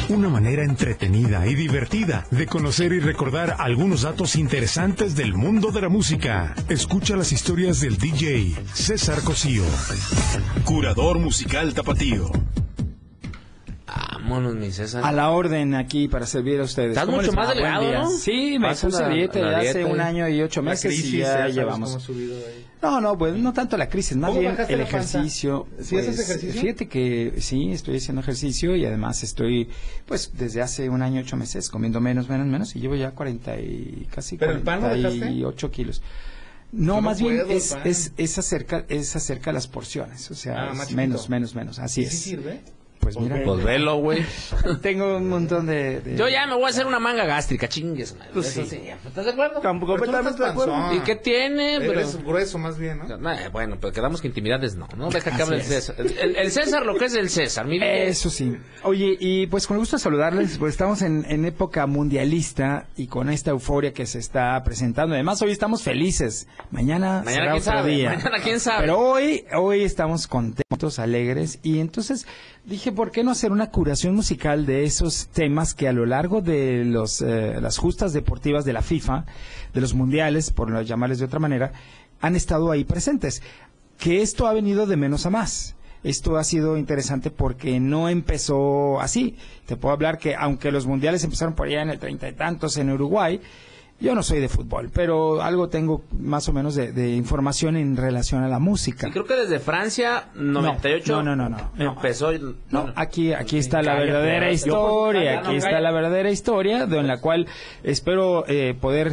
Una manera entretenida y divertida de conocer y recordar algunos datos interesantes del mundo de la música. Escucha las historias del DJ César Cosío, curador musical tapatío. Vámonos, mi César. A la orden aquí para servir a ustedes. Estás mucho más delgado, ¿no? Sí, me puse dieta ya hace 1 año y 8 meses crisis, y ya llevamos. No, pues no tanto la crisis, más bien el ejercicio. ¿Sí haces ejercicio? Fíjate que sí, estoy haciendo ejercicio y además estoy, pues desde hace 1 año y 8 meses comiendo menos y llevo ya 40 y casi ¿Pero el pan no 48 kilos. No, Yo más no bien puedo, es acerca las porciones, o sea, es menos, así es. ¿Sí sirve? Pues mira. Pues velo, güey. Tengo un montón de... Yo ya me voy a hacer una manga gástrica, chingues, madre. Pues Eso sí. ¿Estás de acuerdo? Completamente de acuerdo. ¿Y qué tiene? Eres grueso más bien, ¿no? Bueno, pero quedamos que intimidades no deja que Así hable el es. César. El César, lo que es el César, mire. Eso sí. Oye, y pues con el gusto de saludarles, pues estamos en época mundialista y con esta euforia que se está presentando. Además, hoy estamos felices. Mañana será quién otro sabe, día. mañana quién sabe. Pero hoy estamos contentos, alegres, y entonces dije, ¿por qué no hacer una curación musical de esos temas que a lo largo de las justas deportivas de la FIFA, de los mundiales, por no llamarles de otra manera, han estado ahí presentes? Que esto ha venido de menos a más. Esto ha sido interesante porque no empezó así. Te puedo hablar que aunque los mundiales empezaron por allá en el 30 y tantos en Uruguay, yo no soy de fútbol, pero algo tengo más o menos de información en relación a la música. Sí, creo que desde Francia, 98. No. Empezó. No, aquí está la verdadera historia. Aquí está la verdadera historia, de la cual espero poder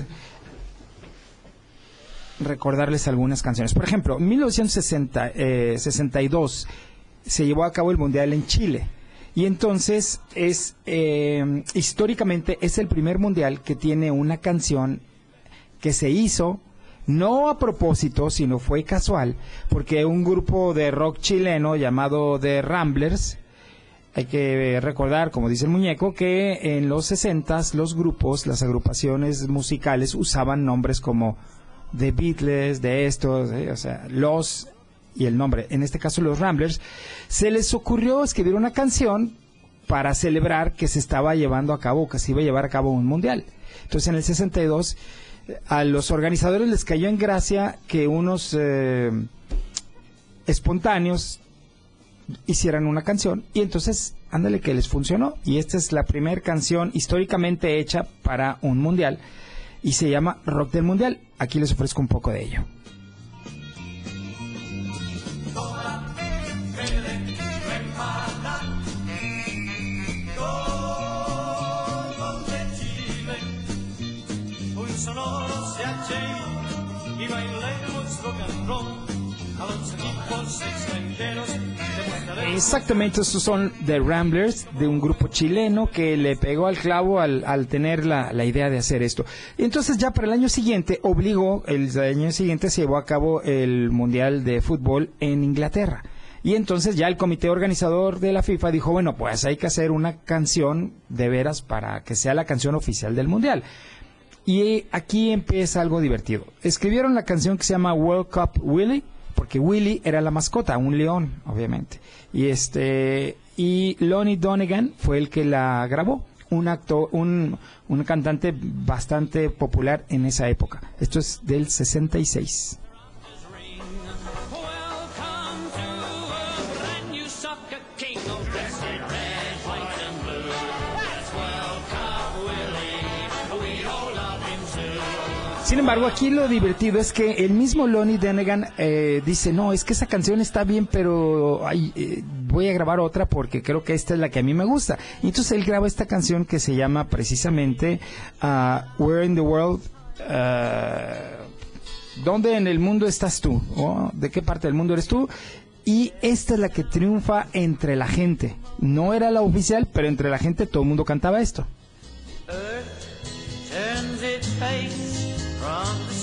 recordarles algunas canciones. Por ejemplo, en 1962 se llevó a cabo el Mundial en Chile. Y entonces históricamente es el primer mundial que tiene una canción que se hizo no a propósito, sino fue casual, porque un grupo de rock chileno llamado The Ramblers, hay que recordar, como dice el muñeco, que en los 60s los grupos, las agrupaciones musicales usaban nombres como The Beatles, de estos, o sea, los... y el nombre, en este caso los Ramblers, se les ocurrió escribir una canción para celebrar que se estaba llevando a cabo, que se iba a llevar a cabo un mundial. Entonces en el 62 a los organizadores les cayó en gracia que unos espontáneos hicieran una canción y entonces, ándale que les funcionó, y esta es la primera canción históricamente hecha para un mundial y se llama Rock del Mundial. Aquí les ofrezco un poco de ello. Exactamente, estos son The Ramblers, de un grupo chileno que le pegó al clavo al tener la idea de hacer esto. Y entonces ya para el año siguiente el año siguiente se llevó a cabo el Mundial de Fútbol en Inglaterra. Y entonces ya el comité organizador de la FIFA dijo, bueno, pues hay que hacer una canción de veras para que sea la canción oficial del Mundial. Y aquí empieza algo divertido. Escribieron la canción que se llama World Cup Willie, porque Willie era la mascota, un león, obviamente. Y Lonnie Donegan fue el que la grabó, un cantante bastante popular en esa época. Esto es del 66. Sin embargo, aquí lo divertido es que el mismo Lonnie Donegan dice, no, es que esa canción está bien, pero voy a grabar otra porque creo que esta es la que a mí me gusta. Y entonces él graba esta canción que se llama precisamente Where in the World, ¿dónde en el mundo estás tú? ¿O ¿de qué parte del mundo eres tú? Y esta es la que triunfa entre la gente. No era la oficial, pero entre la gente todo el mundo cantaba esto.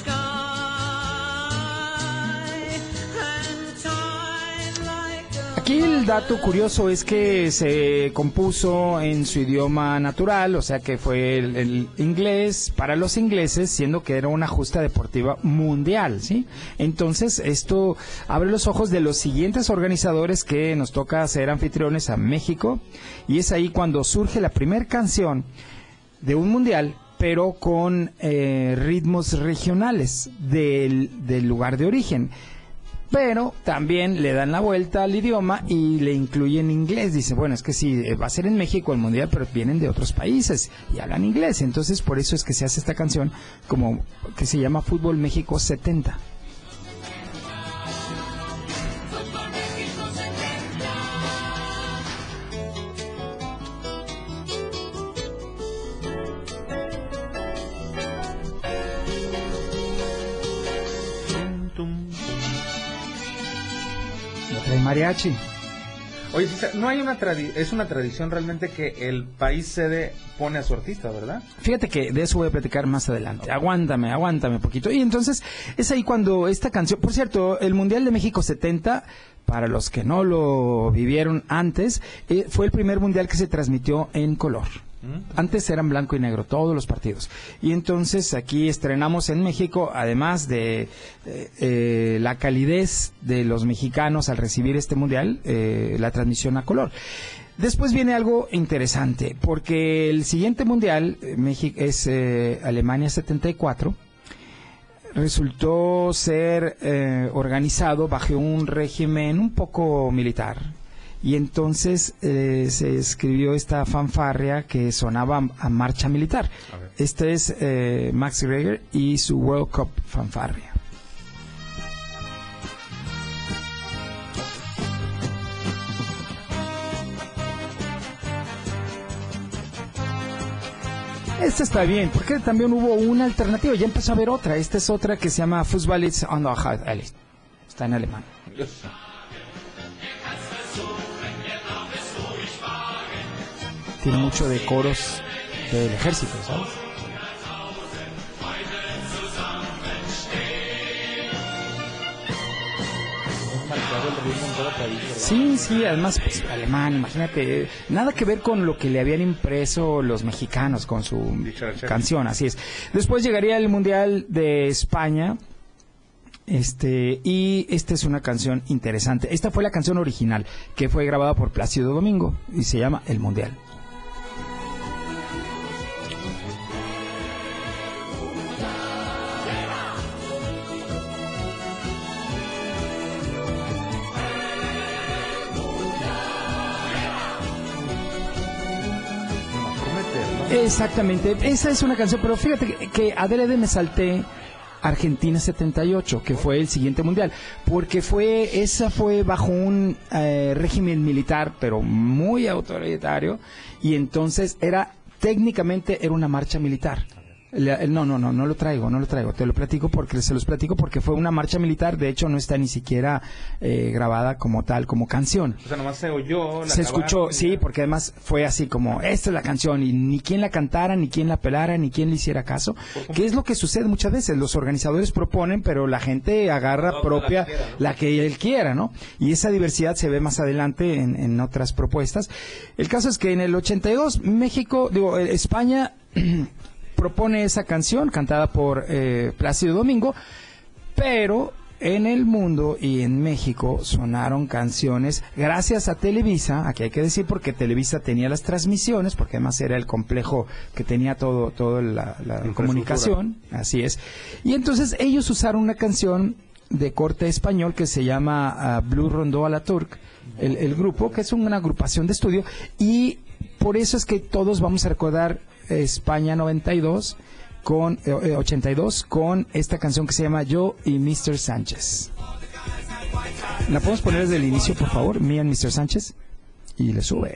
Aquí aquí el dato curioso es que se compuso en su idioma natural, o sea que fue el inglés para los ingleses, siendo que era una justa deportiva mundial, ¿sí? Entonces esto abre los ojos de los siguientes organizadores que nos toca ser anfitriones a México, y es ahí cuando surge la primera canción de un mundial, pero con ritmos regionales del lugar de origen. Pero también le dan la vuelta al idioma y le incluyen inglés. Dice, bueno, es que sí, va a ser en México el mundial, pero vienen de otros países y hablan inglés. Entonces, por eso es que se hace esta canción como que se llama Fútbol México 70. El mariachi. Oye, no hay es una tradición realmente que el país sede pone a su artista, ¿verdad? Fíjate que de eso voy a platicar más adelante. Aguántame un poquito. Y entonces es ahí cuando esta canción, por cierto, el Mundial de México 70, para los que no lo vivieron antes, fue el primer mundial que se transmitió en color. Antes eran blanco y negro todos los partidos, y entonces aquí estrenamos en México, además de la calidez de los mexicanos al recibir este mundial, la transmisión a color. Después viene algo interesante, porque el siguiente mundial México es Alemania 74. Resultó ser organizado bajo un régimen un poco militar. Y entonces se escribió esta fanfarria que sonaba a marcha militar. Este es Max Greger y su World Cup fanfarria. Esta está bien, porque también hubo una alternativa. Ya empezó a haber otra. Esta es otra que se llama Fußball ist an der Halle. Está en alemán. Tiene mucho de coros del ejército, ¿sabes? Sí, además pues, alemán, imagínate, nada que ver con lo que le habían impreso los mexicanos con su canción, así es. Después llegaría el Mundial de España. Y esta es una canción interesante. Esta fue la canción original que fue grabada por Plácido Domingo y se llama El Mundial. Exactamente, esa es una canción, pero fíjate que adrede me salté Argentina 78, que fue el siguiente mundial, porque esa fue bajo un régimen militar, pero muy autoritario, y entonces técnicamente era una marcha militar. No lo traigo, te lo platico se los platico porque fue una marcha militar, de hecho no está ni siquiera grabada como tal, como canción. O sea, nomás se oyó, se escuchó, sí, porque además fue así como, esta es la canción, y ni quien la cantara, ni quien la pelara, ni quien le hiciera caso, que es lo que sucede muchas veces, los organizadores proponen, pero la gente agarra propia, la que él quiera, ¿no? Y esa diversidad se ve más adelante en otras propuestas. El caso es que en el 82, España propone esa canción cantada por Plácido Domingo, pero en el mundo y en México sonaron canciones gracias a Televisa, aquí hay que decir porque Televisa tenía las transmisiones, porque además era el complejo que tenía toda la comunicación, así es, y entonces ellos usaron una canción de corte español que se llama Blue Rondó a la Turc, el grupo, que es una agrupación de estudio, y por eso es que todos vamos a recordar España 82 con 82 con esta canción que se llama Yo y Mr. Sánchez. ¿La podemos poner desde el inicio, por favor? Me and Mr. Sánchez. Y le sube.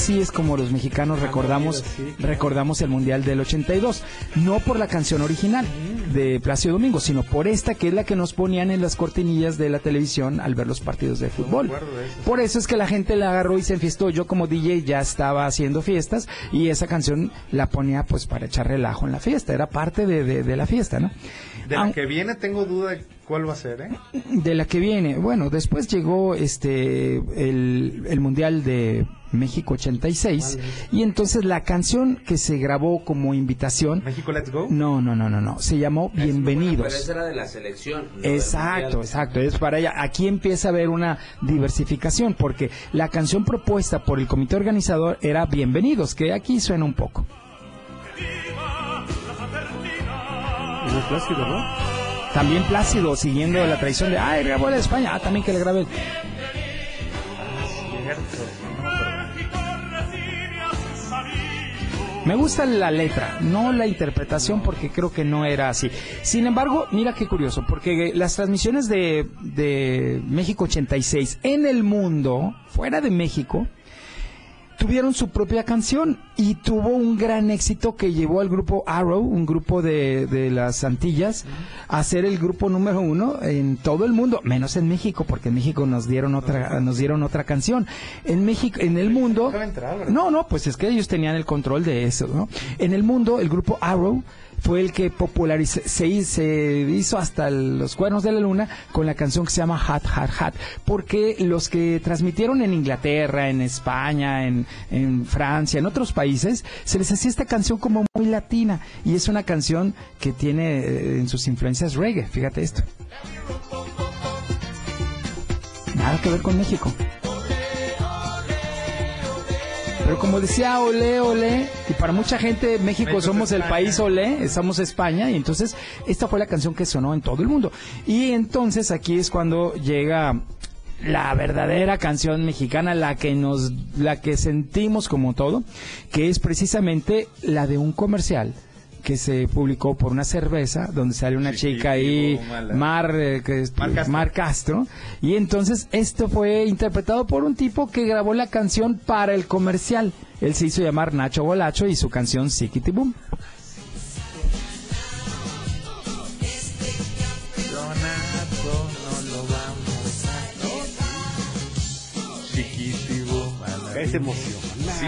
así es como los mexicanos recordamos el Mundial del 82. No por la canción original de Plácido Domingo, sino por esta que es la que nos ponían en las cortinillas de la televisión al ver los partidos de fútbol. Por eso es que la gente la agarró y se enfiestó. Yo como DJ ya estaba haciendo fiestas y esa canción la ponía pues para echar relajo en la fiesta. Era parte de la fiesta, ¿no? De la que viene tengo duda de cuál va a ser, ¿eh? De la que viene. Bueno, después llegó el Mundial de México 86 y entonces la canción que se grabó como invitación. ¿México Let's Go? No. Se llamó Bienvenidos. Pero esa era de la selección. No exacto. Es para ella. Aquí empieza a haber una diversificación porque la canción propuesta por el comité organizador era Bienvenidos, que aquí suena un poco. ¿No es Plácido, no? También Plácido, siguiendo la tradición de grabó la de España, también que le grabe. Me gusta la letra, no la interpretación, porque creo que no era así. Sin embargo, mira qué curioso, porque las transmisiones de México 86 en el mundo, fuera de México, tuvieron su propia canción y tuvo un gran éxito que llevó al grupo Arrow, un grupo de las Antillas, a ser el grupo número 1 en todo el mundo, menos en México, porque en México nos dieron otra canción. En México, en el mundo, pues es que ellos tenían el control de eso, ¿no? En el mundo, el grupo Arrow fue el que popularizó, se hizo hasta los cuernos de la luna con la canción que se llama Hot, Hot, Hot, porque los que transmitieron en Inglaterra, en España, en Francia, en otros países, se les hacía esta canción como muy latina, y es una canción que tiene en sus influencias reggae, fíjate esto. Nada que ver con México. Pero como decía, olé, olé, y para mucha gente México somos el país olé, somos España, y entonces esta fue la canción que sonó en todo el mundo. Y entonces aquí es cuando llega la verdadera canción mexicana, la que sentimos como todo, que es precisamente la de un comercial que se publicó por una cerveza donde sale una chica ahí, Mar Castro, y entonces esto fue interpretado por un tipo que grabó la canción para el comercial. Él se hizo llamar Nacho Bolacho y su canción Ziquitibum. Es emoción. Sí,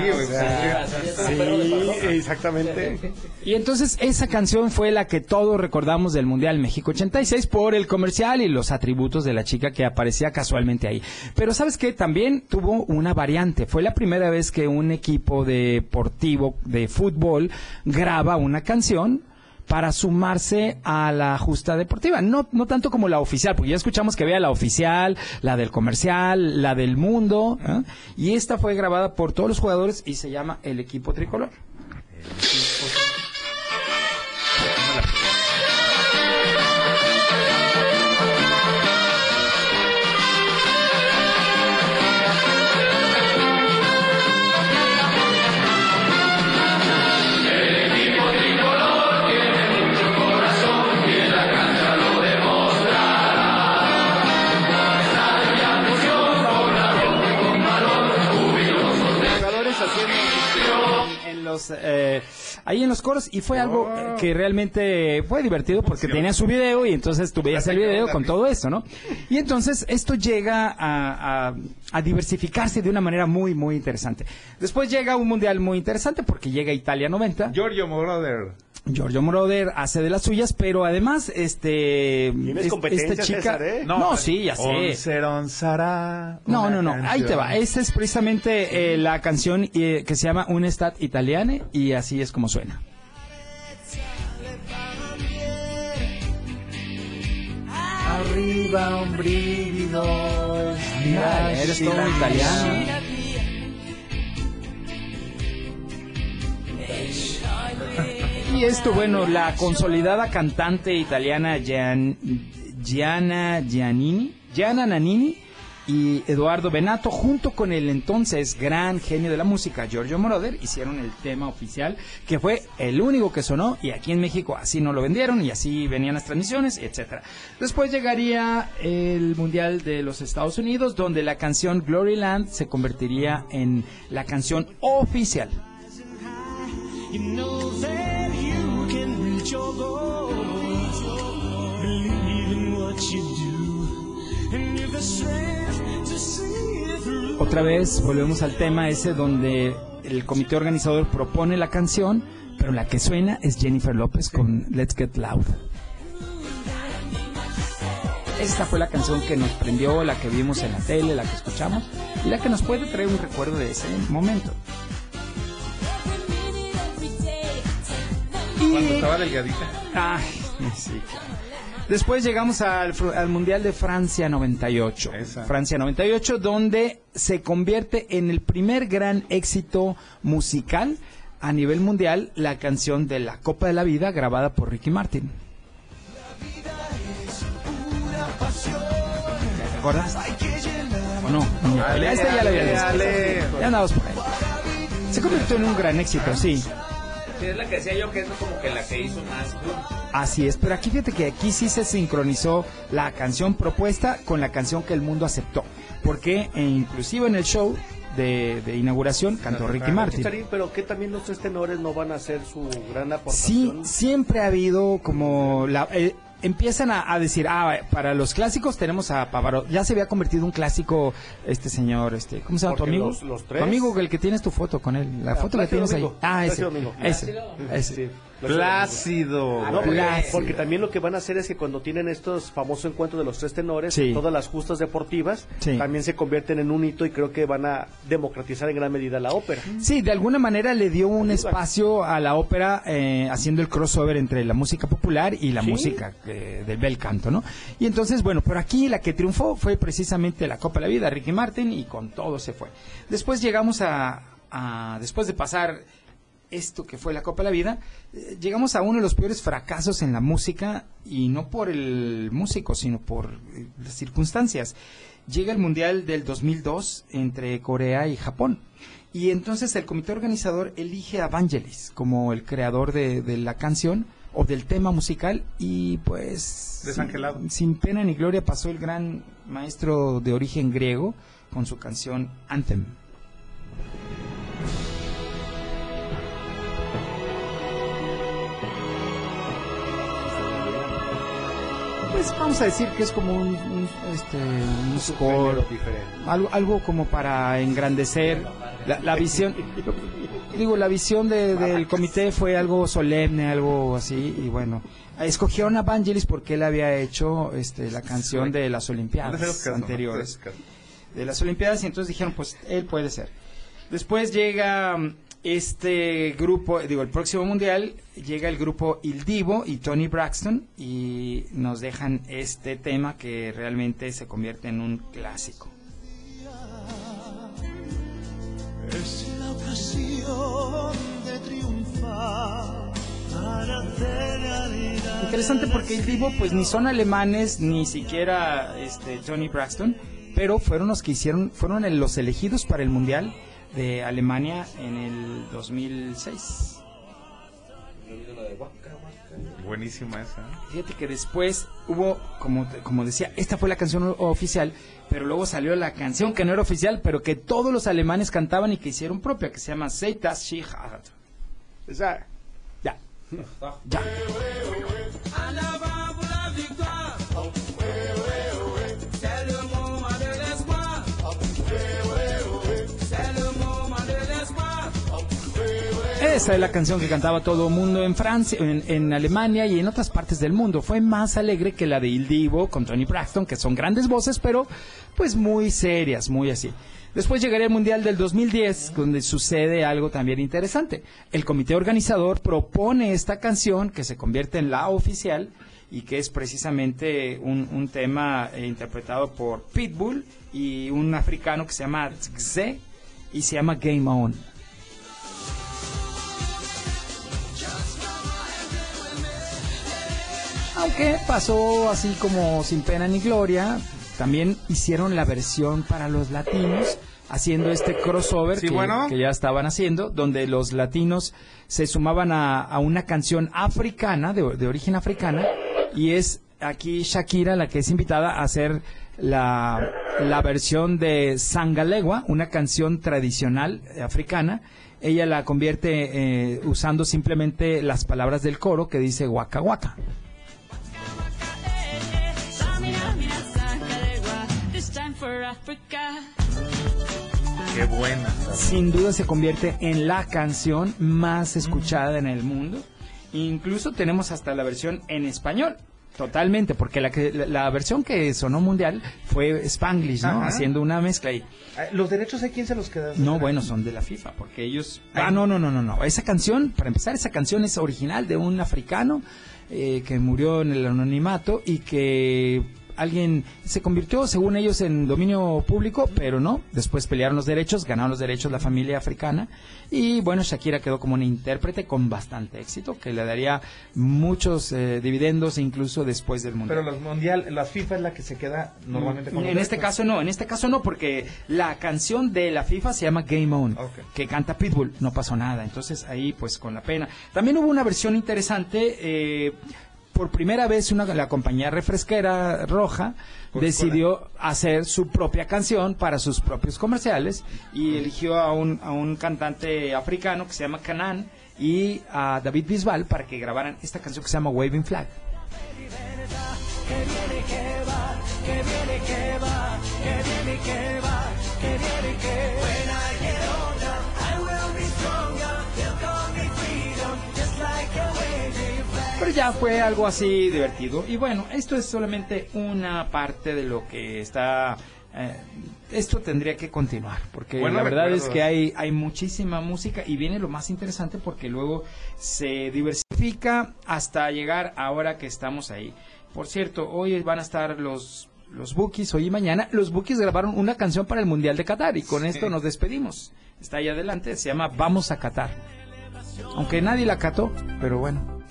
exactamente. Y entonces esa canción fue la que todos recordamos del Mundial México 86 por el comercial y los atributos de la chica que aparecía casualmente ahí. Pero ¿sabes qué? También tuvo una variante. Fue la primera vez que un equipo deportivo de fútbol graba una canción para sumarse a la justa deportiva. No tanto como la oficial, porque ya escuchamos que había la oficial, la del comercial, la del mundo, ¿eh? Y esta fue grabada por todos los jugadores y se llama El Equipo Tricolor. Ahí en los coros, y fue algo que realmente fue divertido porque tenía su video y entonces tú veías el video con todo esto, ¿no? Y entonces esto llega a diversificarse de una manera muy, muy interesante. Después llega un mundial muy interesante porque llega Italia 90. Giorgio Moroder hace de las suyas, pero además ¿Tienes competencia, esta chica, César, eh? No, sí, ya sé. No, ahí te va. Esta es precisamente la canción que se llama Un'estate italiane, y así es como suena. Arriba un brivido. Mira, eres todo italiano. Y esto, bueno, la consolidada cantante italiana Gianna Nannini y Eduardo Benato, junto con el entonces gran genio de la música, Giorgio Moroder, hicieron el tema oficial, que fue el único que sonó, y aquí en México así no lo vendieron, y así venían las transmisiones, etcétera. Después llegaría el Mundial de los Estados Unidos, donde la canción Glory Land se convertiría en la canción oficial. Otra vez volvemos al tema ese donde el comité organizador propone la canción, pero la que suena es Jennifer López con Let's Get Loud. Esta fue la canción que nos prendió, la que vimos en la tele, la que escuchamos y la que nos puede traer un recuerdo de ese momento. Cuando estaba delgadita. Ay, sí, claro. Después llegamos al Mundial de Francia 98. Esa. Francia 98, donde se convierte en el primer gran éxito musical a nivel mundial la canción de la Copa de la Vida, grabada por Ricky Martin. ¿Te acuerdas? ¿O no? Esta ya la había visto. Ya andamos por ahí. Se convirtió en un gran éxito, sí. Sí, es la que decía yo que es como que la que hizo más boom. Así es, pero aquí fíjate que aquí sí se sincronizó la canción propuesta con la canción que el mundo aceptó, porque inclusive en el show de inauguración cantó Ricky Martin. Pero que también los tres tenores no van a hacer su gran aportación. Sí, siempre ha habido como empiezan a decir, para los clásicos tenemos a Pavarotti. Ya se había convertido un clásico este señor, ¿cómo se llama tu amigo? Los tres. Tu amigo, el que tienes tu foto con él, la foto que tienes ahí. Ese. Plácido. No, porque también lo que van a hacer es que cuando tienen estos famosos encuentros de los tres tenores, sí, todas las justas deportivas, sí, también se convierten en un hito y creo que van a democratizar en gran medida la ópera. Sí, de alguna manera le dio un espacio a la ópera haciendo el crossover entre la música popular y la música del bel canto, ¿no? Y entonces, bueno, pero aquí la que triunfó fue precisamente la Copa de la Vida, Ricky Martin, y con todo se fue. Después llegamos después de pasar esto que fue la Copa de la Vida, llegamos a uno de los peores fracasos en la música, y no por el músico, sino por las circunstancias. Llega el Mundial del 2002 entre Corea y Japón, y entonces el comité organizador elige a Vangelis como el creador de la canción o del tema musical, y pues desangelado. Sin pena ni gloria pasó el gran maestro de origen griego con su canción Anthem. Pues vamos a decir que es como un score, algo como para engrandecer la visión. Digo, la visión del comité fue algo solemne, algo así, y bueno, escogieron a Vangelis porque él había hecho la canción de las Olimpiadas anteriores, de las Olimpiadas, y entonces dijeron, pues él puede ser. Después llega este grupo, el próximo mundial, llega el grupo Il Divo y Tony Braxton, y nos dejan este tema que realmente se convierte en un clásico. Es la ocasión de triunfar para hacer realidad. Interesante porque Il Divo pues ni son alemanes, ni siquiera Tony Braxton, pero fueron los que fueron los elegidos para el mundial de Alemania en el 2006. Buenísima esa. Fíjate que después hubo, como decía, esta fue la canción oficial, pero luego salió la canción que no era oficial, pero que todos los alemanes cantaban y que hicieron propia, que se llama Sei das Sie hat. Ya. Esa es la canción que cantaba todo el mundo en Francia, en Alemania y en otras partes del mundo. Fue más alegre que la de Il Divo con Tony Braxton, que son grandes voces, pero pues muy serias, muy así. Después llegaría el Mundial del 2010, donde sucede algo también interesante. El comité organizador propone esta canción, que se convierte en la oficial, y que es precisamente un tema interpretado por Pitbull y un africano que se llama Tze, y se llama Game On. Aunque pasó así como sin pena ni gloria, también hicieron la versión para los latinos, haciendo este crossover Sí, que, bueno. que ya estaban haciendo, donde los latinos se sumaban a una canción africana, de origen africana, y es aquí Shakira la que es invitada a hacer la versión de Sangalegua, una canción tradicional africana. Ella la convierte usando simplemente las palabras del coro que dice Waka Waka. Qué buena. Sin duda se convierte en la canción más escuchada en el mundo. Incluso tenemos hasta la versión en español. Totalmente, porque la versión que sonó mundial fue Spanglish, ¿no? Ajá. Haciendo una mezcla ahí. ¿Los derechos de quién se los queda? No, bueno, son de la FIFA, porque ellos... No. Esa canción, para empezar, esa canción es original de un africano que murió en el anonimato y que alguien se convirtió, según ellos, en dominio público, pero no. Después pelearon los derechos, ganaron los derechos la familia africana. Y bueno, Shakira quedó como una intérprete con bastante éxito, que le daría muchos dividendos incluso después del Mundial. Pero los mundial, la FIFA es la que se queda normalmente con los En este derechos. caso no, porque la canción de la FIFA se llama Game On, que canta Pitbull, no pasó nada, entonces ahí pues con la pena. También hubo una versión interesante, por primera vez la compañía refresquera Roja decidió hacer su propia canción para sus propios comerciales y eligió a un cantante africano que se llama Canaan y a David Bisbal para que grabaran esta canción que se llama Waving Flag. Pero ya fue algo así divertido. Y bueno, esto es solamente una parte de lo que está... esto tendría que continuar, porque Bueno, la verdad recuerdos. es que hay muchísima música y viene lo más interesante porque luego se diversifica hasta llegar ahora que estamos ahí. Por cierto, hoy van a estar los Bukis, hoy y mañana. Los Bukis grabaron una canción para el Mundial de Qatar y con esto nos despedimos. Está ahí adelante, se llama Vamos a Qatar. Aunque nadie la cató, pero bueno.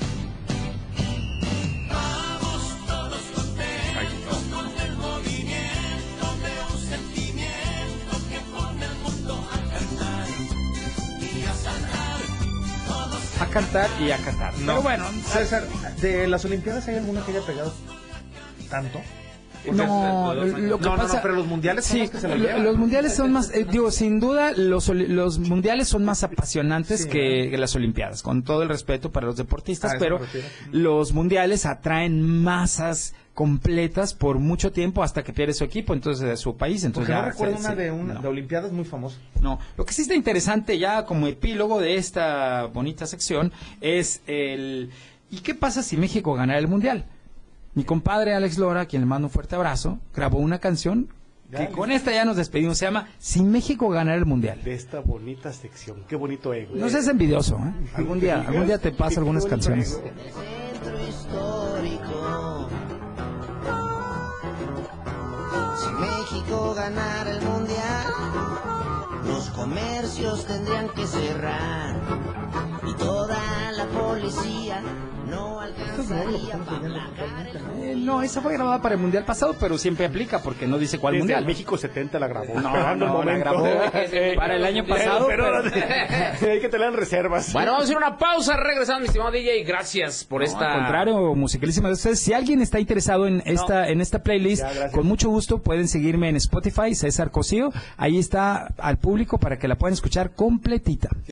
A cantar y a cantar. No. Pero bueno, César, ¿de las Olimpiadas hay alguna que haya pegado tanto? no, lo que pasa, pero los mundiales son sí, los que se lo llevan. los mundiales son más, digo, sin duda, los mundiales son más apasionantes Sí, que las Olimpiadas, con todo el respeto para los deportistas, A eso pero me refiero. los mundiales atraen masas completas por mucho tiempo hasta que pierde su equipo, entonces de su país, entonces Porque no ya recuerdo se- una no. de Olimpiadas muy famosa. No, lo que sí está interesante ya como epílogo de esta bonita sección es ¿y qué pasa si México ganara el Mundial? Mi compadre Alex Lora, a quien le mando un fuerte abrazo, grabó una canción que con esta ya nos despedimos, se llama Si México ganara el Mundial. De esta bonita sección. Qué bonito ego. No seas envidioso, ¿eh? Algún día te paso algunas Qué bonito canciones. ego. Centro histórico. Si México ganara el mundial, los comercios tendrían que cerrar y toda la policía no alcanzaría para placar el No, esa fue grabada para el Mundial pasado, pero siempre aplica porque no dice cuál Desde Mundial. el México 70 la grabó. No, esperando el no, la momento. grabó para el año pasado, Hay que tener reservas. Bueno, vamos a hacer una pausa. Regresamos, mi estimado DJ. Gracias por No, esta... al contrario, musicalísima de ustedes. Si alguien está interesado en esta playlist, Ya, gracias. con mucho gusto pueden seguirme en Spotify, César Cosío. Ahí está al público para que la puedan escuchar completita.